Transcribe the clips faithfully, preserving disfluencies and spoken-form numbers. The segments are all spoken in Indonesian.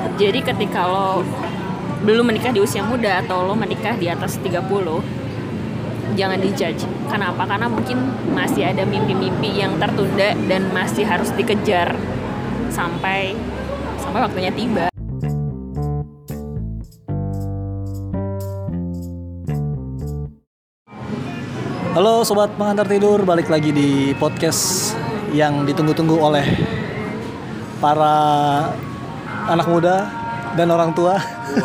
Jadi ketika lo belum menikah di usia muda atau lo menikah di atas tiga puluh, jangan dijudge. Kenapa? Karena mungkin masih ada mimpi-mimpi yang tertunda dan masih harus dikejar sampai sampai waktunya tiba. Halo sobat pengantar tidur, balik lagi di podcast yang ditunggu-tunggu oleh para anak muda dan orang tua.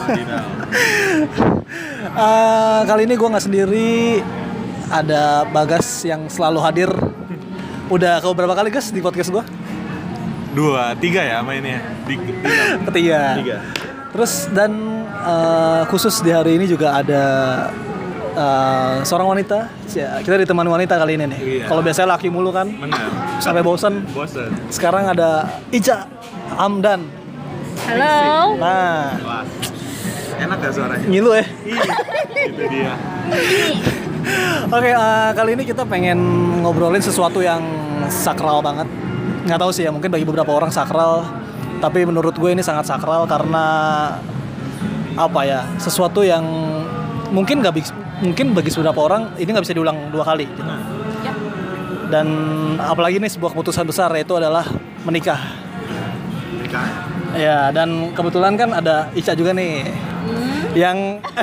uh, kali ini gue nggak sendiri, ada Bagas yang selalu hadir. Udah kau berapa kali Gas di podcast gue? Dua, tiga ya mainnya. Tiga. Ketiga. Tiga. Terus dan uh, khusus di hari ini juga ada Uh, seorang wanita. Kita ditemani wanita kali ini nih. Iya. Kalau biasanya laki mulu kan. Benar. Sampai bosan. Bosan. Sekarang ada Ica Hamdan. Halo. Nah. Wah. Enak gak suaranya? Ngilu ya. Itu dia. Oke, uh, kali ini kita pengen ngobrolin sesuatu yang sakral banget. Nggak tahu sih ya, mungkin bagi beberapa orang sakral, tapi menurut gue ini sangat sakral karena apa ya? Sesuatu yang mungkin nggak bisa. Mungkin bagi beberapa orang ini nggak bisa diulang dua kali gitu. Yep. Dan apalagi nih sebuah keputusan besar, yaitu adalah menikah. Menikah. Ya, dan kebetulan kan ada Ica juga nih. Hmm. Yang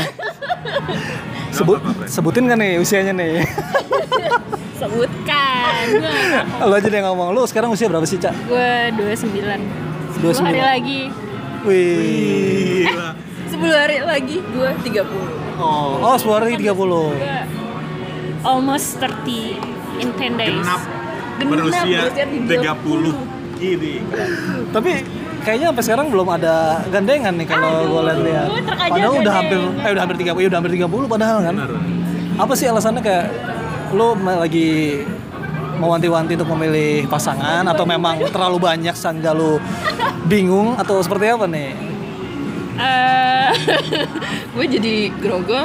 sebut sebutin kan nih usianya nih. Sebutkan. Lo aja deh ngomong. Lu sekarang usia berapa sih, Ca? Gue dua puluh sembilan. dua puluh sembilan. sepuluh hari lagi. Wih. Eh, sepuluh hari lagi gue tiga puluh. Oh, oh sepuluh hari tiga puluh. Almost thirty in ten days. Genap berusia tiga puluh. Gini. Tapi kayaknya sampai sekarang belum ada gandengan nih kalau gue lihat-lihat. Padahal udah hampir eh udah hampir tiga puluh, udah hampir tiga puluh padahal kan. Benar. Apa sih alasannya kayak lo lagi mewanti-wanti untuk memilih pasangan atau memang terlalu banyak sehingga lo bingung atau seperti apa nih? Uh, gue jadi grogo.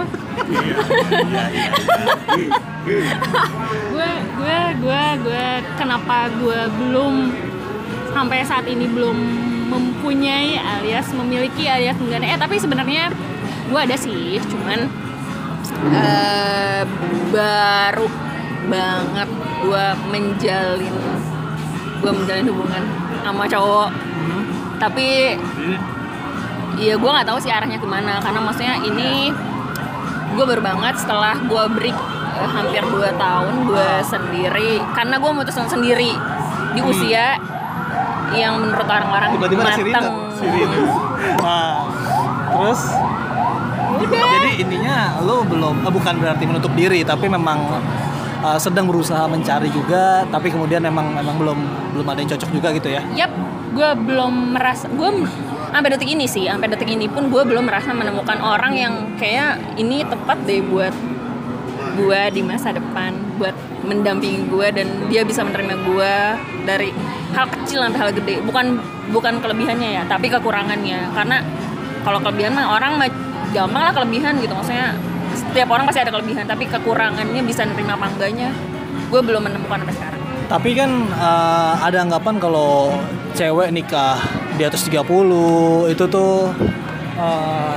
gue gue gue gue kenapa gue belum sampai saat ini belum mempunyai alias memiliki alias enggak eh tapi sebenarnya gue ada sih, cuman uh, baru banget gue menjalin gue menjalin hubungan sama cowok, hmm. tapi iya, gue nggak tahu sih arahnya kemana, karena maksudnya ini gue baru banget setelah gue break eh, hampir dua tahun gue sendiri, karena gue memutuskan sendiri di usia hmm. yang menurut orang-orang matang. Nah, terus udah. Jadi intinya lo belum, eh, bukan berarti menutup diri, tapi memang uh, sedang berusaha mencari juga, tapi kemudian memang memang belum belum ada yang cocok juga gitu ya? Yap, gue belum merasa gue sampai detik ini sih, sampai detik ini pun gue belum merasa menemukan orang yang kayak ini tepat deh buat gue di masa depan, buat mendampingi gue dan dia bisa menerima gue dari hal kecil sampai hal gede. Bukan bukan kelebihannya ya, tapi kekurangannya. Karena kalau kelebihan mah orang mah gampang lah kelebihan gitu, maksudnya setiap orang pasti ada kelebihan, tapi kekurangannya bisa nerima apa enggaknya gue belum menemukan sampai sekarang. Tapi kan uh, ada anggapan kalau cewek nikah di atas tiga puluh itu tuh uh,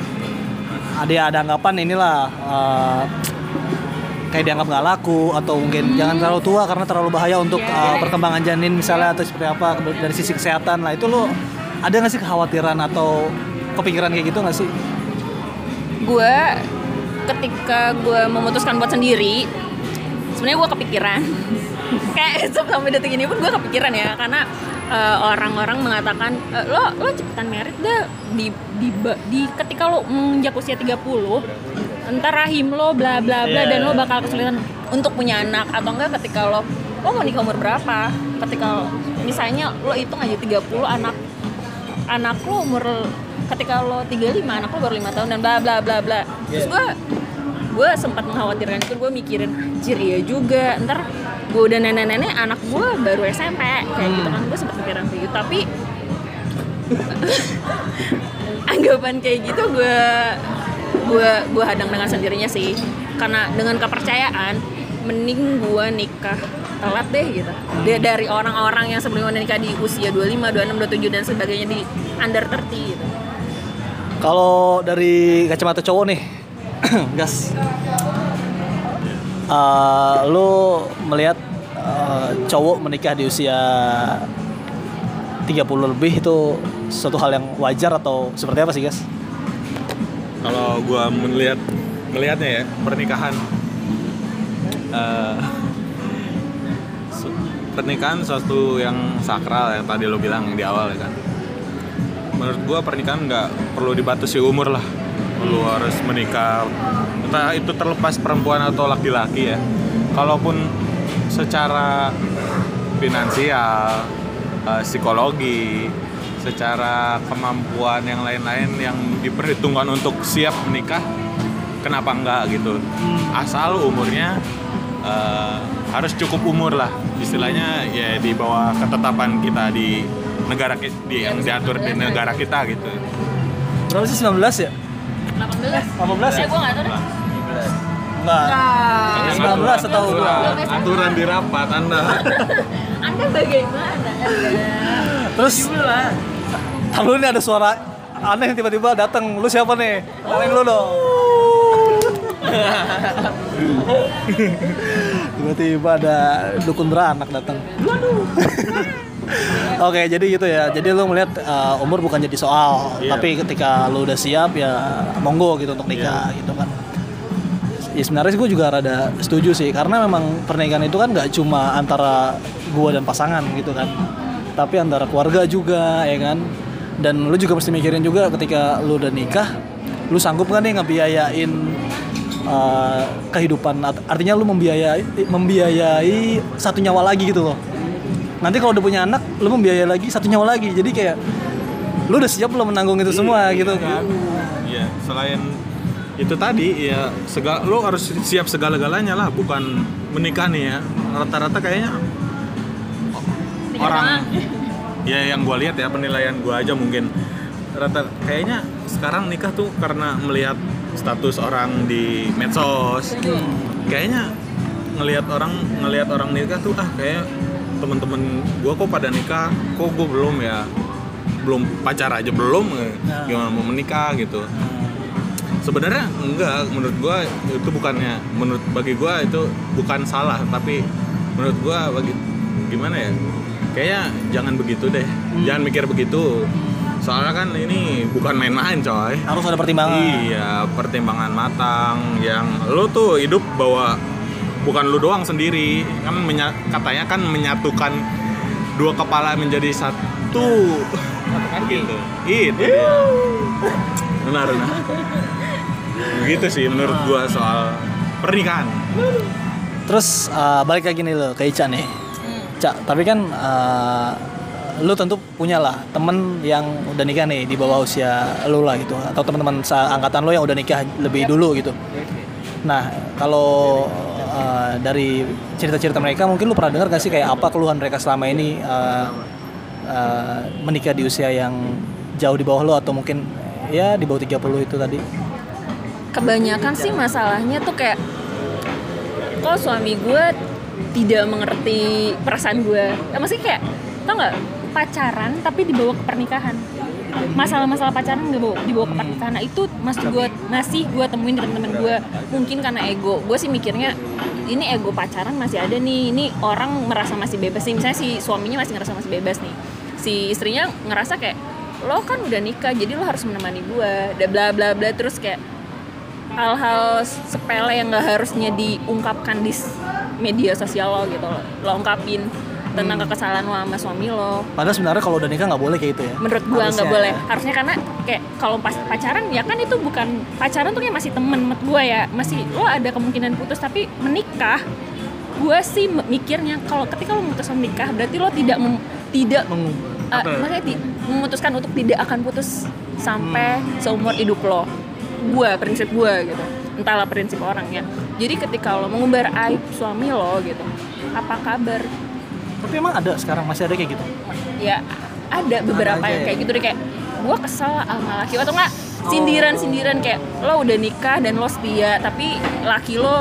ada ada anggapan inilah uh, kayak dianggap nggak laku atau mungkin hmm. jangan terlalu tua karena terlalu bahaya untuk yeah. uh, perkembangan janin misalnya, atau seperti apa dari sisi kesehatan lah. Itu lo ada nggak sih kekhawatiran atau kepikiran kayak gitu nggak sih? Gue ketika gue memutuskan buat sendiri sebenarnya gue kepikiran kayak sampai detik ini pun gue kepikiran ya, karena uh, orang-orang mengatakan uh, lo lo cepetan merit dah di di, di ketika lo menginjak usia tiga puluh entar rahim lo bla bla bla yeah. dan lo bakal kesulitan untuk punya anak, atau enggak ketika lo lo mau nikah umur berapa, ketika misalnya lo hitung aja tiga puluh, anak anak lo umur ketika lo tiga puluh lima, anak lo baru lima tahun dan bla bla bla bla. Terus gue gue sempat mengkhawatirkan itu, gue mikirin ciria juga ntar gue udah nenek-nenek anak gue baru S M P kayak hmm. gitu kan, gue sempat pikiran kayak gitu. Tapi anggapan kayak gitu gue gue gue hadang dengan sendirinya sih, karena dengan kepercayaan mending gue nikah telat deh gitu. Dia dari orang-orang yang sebelumnya nikah di usia dua puluh lima, dua puluh enam, dua puluh tujuh dan sebagainya di under tiga puluh gitu. Kalau dari kacamata cowok nih, gas, uh, lu melihat uh, cowok menikah di usia tiga puluh lebih itu suatu hal yang wajar atau seperti apa sih, gas? Kalau gua melihat melihatnya ya, pernikahan uh, pernikahan suatu yang sakral yang tadi lo bilang di awal ya kan. Menurut gua pernikahan nggak perlu dibatasi umur lah. Lu harus menikah, entah itu terlepas perempuan atau laki-laki ya. Kalaupun secara finansial, uh, psikologi, secara kemampuan yang lain-lain yang diperhitungkan untuk siap menikah, kenapa enggak gitu. Asal umurnya uh, harus cukup umur lah, istilahnya ya di bawah ketetapan kita di negara di yang diatur di negara kita gitu. Berapa sih, sembilan belas ya? delapan belas. delapan belas ya? Eh, gue nggak tahu deh. Enggak. sembilan belas setahu gua. Aturan di rapat Anda. Anda bagaimana? Terus lalu ini ada suara aneh yang tiba-tiba datang. Lu siapa nih? Kenalin lu dong. Tiba-tiba ada dukun beranak datang. Oke, jadi gitu ya. Jadi lu melihat uh, umur bukan jadi soal, Iya. tapi ketika lu udah siap ya monggo gitu untuk nikah gitu kan. Ya sebenarnya gue juga rada setuju sih, karena memang pernikahan itu kan nggak cuma antara gue dan pasangan gitu kan, tapi antara keluarga juga ya kan. Dan lu juga mesti mikirin juga ketika lu udah nikah, lu sanggup nggak nih ngebiayain uh, kehidupan, artinya lu membiayai membiayai satu nyawa lagi gitu loh. Nanti kalau udah punya anak, lu membiayai lagi satu nyawa lagi. Jadi kayak lu udah siap belum menanggung itu semua gitu kan. Iya, selain itu tadi ya segala lo harus siap segala-galanya lah, bukan menikah nih ya. Rata-rata kayaknya orang ya yang gue lihat ya, penilaian gue aja mungkin rata kayaknya sekarang nikah tuh karena melihat status orang di medsos. Kayaknya ngelihat orang ngelihat orang nikah tuh ah kayak temen-temen gue kok pada nikah, kok gue belum ya, belum pacar aja belum, gimana mau menikah gitu. Sebenarnya enggak, menurut gue itu bukannya, menurut bagi gue itu bukan salah, tapi menurut gue bagi gimana ya, kayaknya jangan begitu deh, hmm. jangan mikir begitu. Soalnya kan ini bukan main-main coy. Harus ada pertimbangan. Iya, pertimbangan matang. Yang lo tuh hidup bawa bukan lu doang sendiri, kan menya- katanya kan menyatukan dua kepala menjadi satu. Gitu. Itu dia. Benar, benar. Begitu sih menurut gua soal pernikahan. Terus uh, balik lagi nih lo ke Ica nih. Cak, tapi kan uh, lu tentu punya lah temen yang udah nikah nih di bawah usia lu lah gitu, atau teman-teman seangkatan lu yang udah nikah lebih dulu gitu. Nah, kalau uh, dari cerita-cerita mereka mungkin lu pernah dengar gak sih kayak apa keluhan mereka selama ini uh, uh, menikah di usia yang jauh di bawah lu, atau mungkin ya di bawah tiga puluh itu tadi? Kebanyakan sih masalahnya tuh kayak kok suami gue tidak mengerti perasaan gue. Ya, maksudnya kayak tau nggak, pacaran tapi dibawa ke pernikahan. Masalah-masalah pacaran dibawa, dibawa ke pernikahan. Nah, itu masih gue masih gue temuin di teman-teman gue. Mungkin karena ego. Gue sih mikirnya ini ego pacaran masih ada nih. Ini orang merasa masih bebas nih. Misalnya si suaminya masih ngerasa masih bebas nih. Si istrinya ngerasa kayak lo kan udah nikah jadi lo harus menemani gue. Dan bla bla bla, terus kayak hal-hal sepele yang nggak harusnya diungkapkan di media sosial lo gitu lo, lo ungkapin tentang hmm. kekesalan lo sama suami lo. Padahal sebenarnya kalau udah nikah nggak boleh kayak gitu ya. Menurut gua nggak boleh. Harusnya karena kayak kalau pas pacaran ya kan itu bukan pacaran tuh kayak masih temen menurut gua ya, masih lo ada kemungkinan putus. Tapi menikah, gua sih mikirnya kalau ketika lo memutuskan menikah berarti lo tidak mem, tidak Meng, uh, maksudnya di, memutuskan untuk tidak akan putus sampai hmm. seumur hidup lo. Gua prinsip gua gitu, entahlah prinsip orangnya. Jadi ketika lo mengumbar aib suami lo gitu, apa kabar? Tapi emang ada sekarang masih ada kayak gitu? Ya ada beberapa ada yang ya? kayak gitu deh, kayak gua kesel sama laki atau enggak sindiran-sindiran kayak lo udah nikah dan lo setia tapi laki lo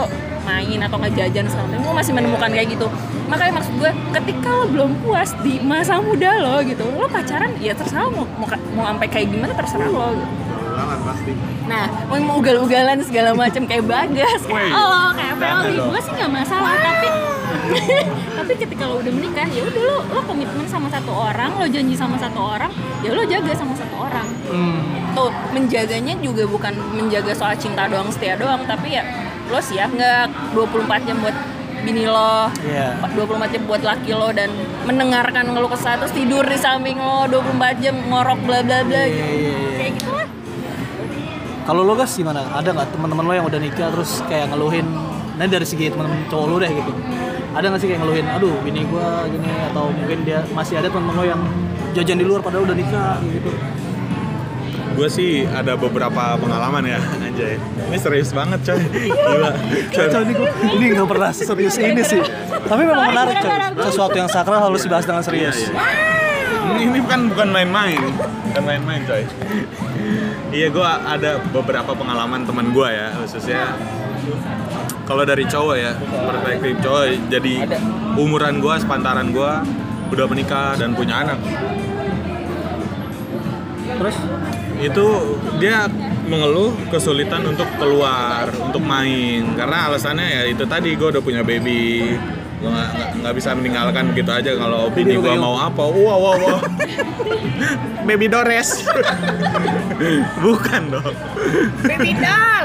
main atau nggak jajan segala macam, gue masih menemukan kayak gitu. Makanya maksud gue, ketika lo belum puas di masa muda lo gitu, lo pacaran ya terserah mau mau, mau sampai kayak gimana terserah lo gitu. Pasti. Nah, mau mau ugal-ugalan segala macam kayak Bagas, kayak oh, kayak Feli, gue sih nggak masalah. Tapi tapi ketika lo udah menikah, ya udah lo lo komitmen sama satu orang, lo janji sama satu orang, ya lo jaga sama satu orang. Hmm. Tuh menjaganya juga bukan menjaga soal cinta doang, setia doang, tapi ya lo siap nggak dua puluh empat jam buat bini lo, yeah. dua puluh empat jam buat laki lo, dan mendengarkan ngeluh kesah, terus tidur di samping lo dua puluh empat jam ngorok bla bla bla gitu. Kayak gitu lah. Kalau lo guys gimana? Ada nggak teman-teman lo yang udah nikah terus kayak ngeluhin? Nah dari segi teman-teman cowok lo deh gitu. Ada nggak sih kayak ngeluhin? Aduh, bini gue gini, atau mungkin dia masih ada teman-teman lo yang jajan di luar padahal udah nikah gitu. Gue sih ada beberapa pengalaman ya, anjay. Ini serius banget coy. Gila. Coy, ini gue ini nggak pernah serius ini sih. Tapi memang menarik coy. Sesuatu yang sakral harus dibahas dengan serius. Iya, iya. Ini kan bukan main-main, bukan main-main coy. Iya, gue ada beberapa pengalaman teman gue ya, khususnya kalau dari cowok ya, perspektif cowok. Jadi umuran gue, sepantaran gue udah menikah dan punya anak. Terus? Itu dia mengeluh kesulitan untuk keluar, untuk main, karena alasannya ya itu tadi, gue udah punya baby, gue nggak nggak bisa meninggalkan begitu aja. Kalau bini gue mau apa, wah wah wah, baby Dores, bukan dong, baby doll.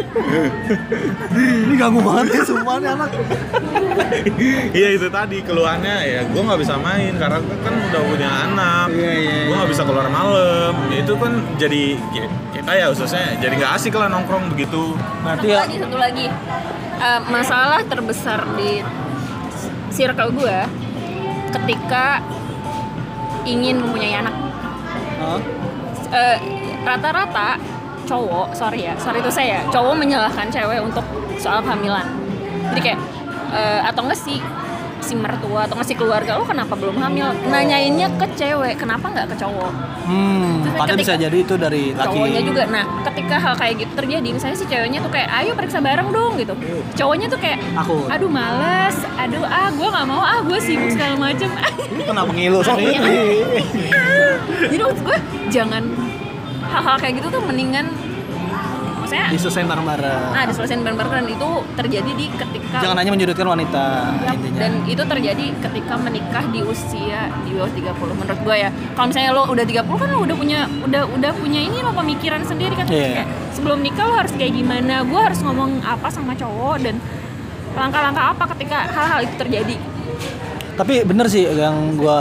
Ini ganggu banget ya semua nih anak. Iya itu tadi keluhannya ya, gue nggak bisa main karena gue kan udah punya anak, yeah, yeah, gue nggak bisa keluar malam. Ya, itu kan jadi kita ya khususnya jadi nggak asik lah nongkrong begitu. Nanti ya. Satu lagi, satu lagi uh, masalah terbesar di circle gue ketika ingin mempunyai anak. Huh? Uh, rata-rata cowok, sorry ya, sorry itu saya, cowok menyalahkan cewek untuk soal kehamilan. Jadi kayak uh, atau enggak sih si mertua atau nggak si keluarga, lo kenapa belum hamil? Nanyainnya ke cewek, kenapa nggak ke cowok? Hmm, padahal bisa jadi itu dari laki. Cowoknya juga. Nah, ketika hal kayak gitu terjadi, misalnya si ceweknya tuh kayak, ayo periksa bareng dong gitu. Cowoknya tuh kayak, aku, aduh males, aduh ah gue nggak mau, ah gue sibuk segala macem. Ini kenapa ngilu sendiri? Jadi maksud gue jangan hal-hal kayak gitu tuh mendingan maksudnya diselesain bareng-bareng. Nah, diselesain bareng-bareng, dan itu terjadi di ketika jangan hanya menyudutkan wanita ya, intinya. Dan itu terjadi ketika menikah di usia di bawah tiga puluh menurut gue ya. Kalau misalnya lo udah tiga puluh kan lo udah punya udah udah punya ini lo pemikiran sendiri kan. Yeah. Kayak sebelum nikah lo harus kayak gimana, gue harus ngomong apa sama cowok, dan langkah-langkah apa ketika hal-hal itu terjadi. Tapi bener sih yang gue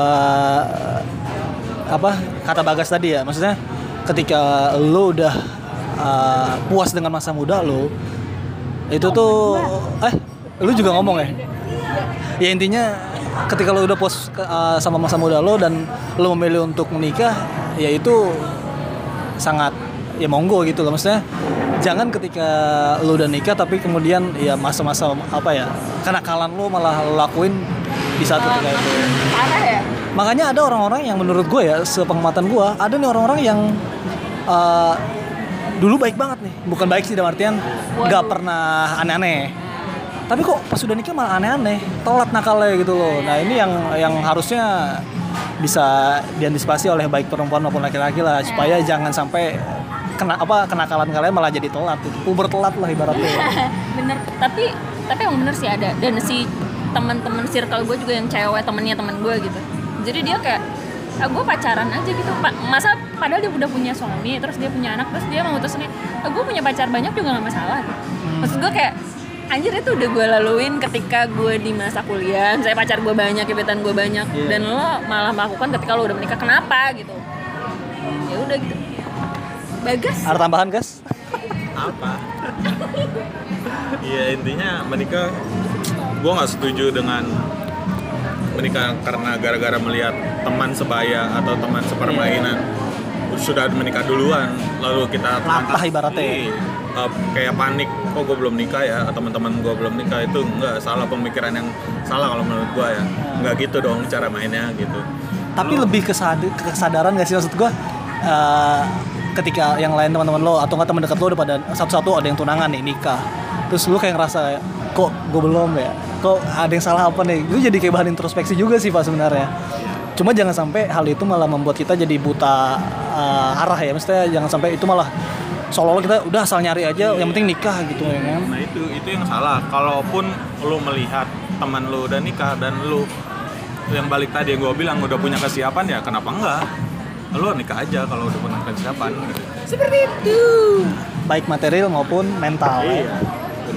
apa kata Bagas tadi ya, maksudnya ketika lo udah uh, puas dengan masa muda lo, itu tuh eh lo juga ngomong ya, ya intinya ketika lo udah puas uh, sama masa muda lo dan lo memilih untuk menikah, ya itu sangat ya monggo gitu loh. Maksudnya jangan ketika lo udah nikah tapi kemudian ya masa-masa apa ya kenakalan lo malah lakuin di saat ketika itu. Parah ya. Makanya ada orang-orang yang menurut gue ya, sepengamatan gue, ada nih orang-orang yang uh, dulu baik banget nih, bukan baik sih dalam artian nggak pernah aneh-aneh, tapi kok pas udah nikah malah aneh-aneh, telat nakalnya gitu loh. Nah ini yang yang harusnya bisa diantisipasi oleh baik perempuan maupun laki-laki lah, supaya jangan sampai kena apa kenakalan kalian malah jadi telat, gitu. Puber telat lah ibaratnya. Bener, tapi tapi emang bener sih ada, dan si teman-teman circle gue juga yang cewek temennya temen gue gitu. Jadi dia kayak, ah, gue pacaran aja gitu, Pak. Masa padahal dia udah punya suami, terus dia punya anak, terus dia memutusin, ah, gue punya pacar banyak juga nggak masalah. Maksud gue kayak, anjir itu udah gue laluin ketika gue di masa kuliah, misalnya pacar gue banyak, gebetan gue banyak, yeah. Dan lo malah melakukan ketika lo udah menikah, kenapa gitu? Ya udah gitu. Bagas. Ada tambahan, Gas? Apa? Iya intinya menikah, gue nggak setuju dengan menikah karena gara-gara melihat teman sebaya atau teman sepermainan yeah. sudah menikah duluan, lalu kita latah ibaratnya uh, kayak panik, kok gue belum nikah ya, teman-teman gue belum nikah. Itu enggak, salah pemikiran yang salah kalau menurut gue ya. Enggak gitu dong cara mainnya gitu. Tapi lalu, lebih kesad- kesadaran gak sih maksud gue, uh, ketika yang lain teman-teman lo atau nggak teman dekat lo udah pada satu-satu ada yang tunangan nih nikah, terus lo kayak ngerasa kok gue belum ya, kok ada yang salah apa nih, itu jadi kayak bahan introspeksi juga sih Pak sebenarnya. Cuma jangan sampai hal itu malah membuat kita jadi buta uh, arah ya, maksudnya jangan sampai itu malah seolah-olah kita udah asal nyari aja, yang penting nikah gitu ya kan. Nah itu itu yang salah. Kalaupun lu melihat teman lu udah nikah dan lu yang balik tadi yang gue bilang udah punya kesiapan, ya kenapa enggak? Lu nikah aja kalau udah punya kesiapan gitu. Seperti itu. Baik material maupun mental. Iya. Ya.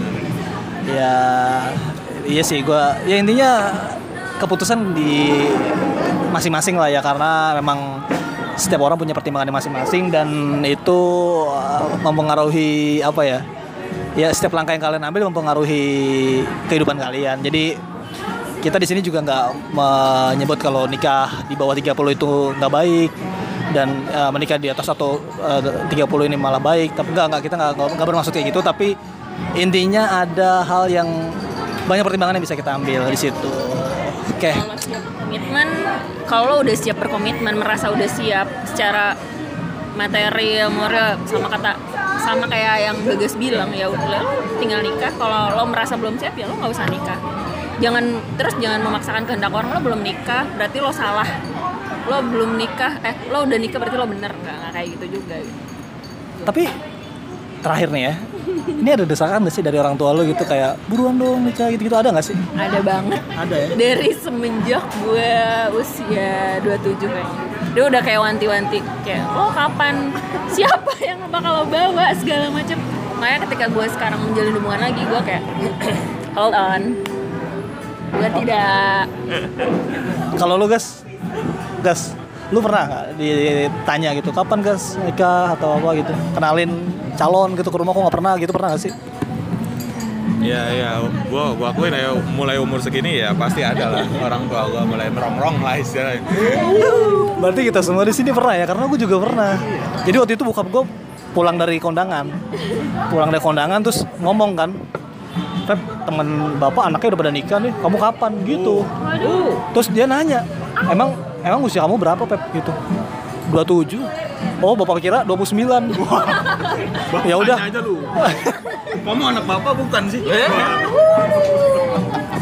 Ya, iya sih gue. Ya intinya keputusan di masing-masing lah ya, karena memang setiap orang punya pertimbangannya masing-masing dan itu uh, mempengaruhi apa ya? Ya setiap langkah yang kalian ambil mempengaruhi kehidupan kalian. Jadi kita di sini juga nggak menyebut kalau nikah di bawah tiga puluh itu nggak baik dan uh, menikah di atas atau uh, tiga puluh ini malah baik. Tapi nggak nggak kita nggak nggak bermaksud kayak gitu. Tapi intinya ada hal yang banyak pertimbangan yang bisa kita ambil di situ. Oke. Okay. Kalau siap komitmen, kalau udah siap berkomitmen, merasa udah siap secara material, moral, sama kata sama kayak yang Bagas bilang, ya udah tinggal nikah. Kalau lo merasa belum siap ya lo nggak usah nikah. Jangan terus jangan memaksakan kehendak orang. Lo belum nikah berarti lo salah. Lo belum nikah, eh lo udah nikah berarti lo bener. Nggak, nggak kayak gitu juga gitu. Tapi terakhir nih ya, ini ada desakan nggak sih dari orang tua lo gitu kayak buruan dong nikah gitu-gitu, ada nggak sih? Ada banget. Ada ya? Dari semenjak gue usia dua puluh tujuh kayaknya, dia udah kayak wanti-wanti kayak lo kapan, siapa yang bakal lo bawa segala macam. Makanya ketika gue sekarang menjalin hubungan lagi, gue kayak hold on, gue tidak. Kalau lo gas, gas, lu pernah nggak ditanya gitu kapan gas nikah atau apa gitu, kenalin calon gitu ke rumah, kok nggak pernah gitu, pernah nggak sih? Iya iya, gua gua akuin ya mulai umur segini ya pasti ada lah orang tua gua mulai merongrong lah istilahnya. Berarti kita semua di sini pernah ya, karena gue juga pernah. Jadi waktu itu bokap gue pulang dari kondangan, pulang dari kondangan terus ngomong kan, Pep, temen bapak anaknya udah pada nikah nih, kamu kapan gitu? Waduh. Terus dia nanya, emang emang usia kamu berapa Pep gitu? dua puluh tujuh. Oh, bapak kira dua puluh sembilan. Ya udah. Aja lu. Kamu anak bapak bukan sih?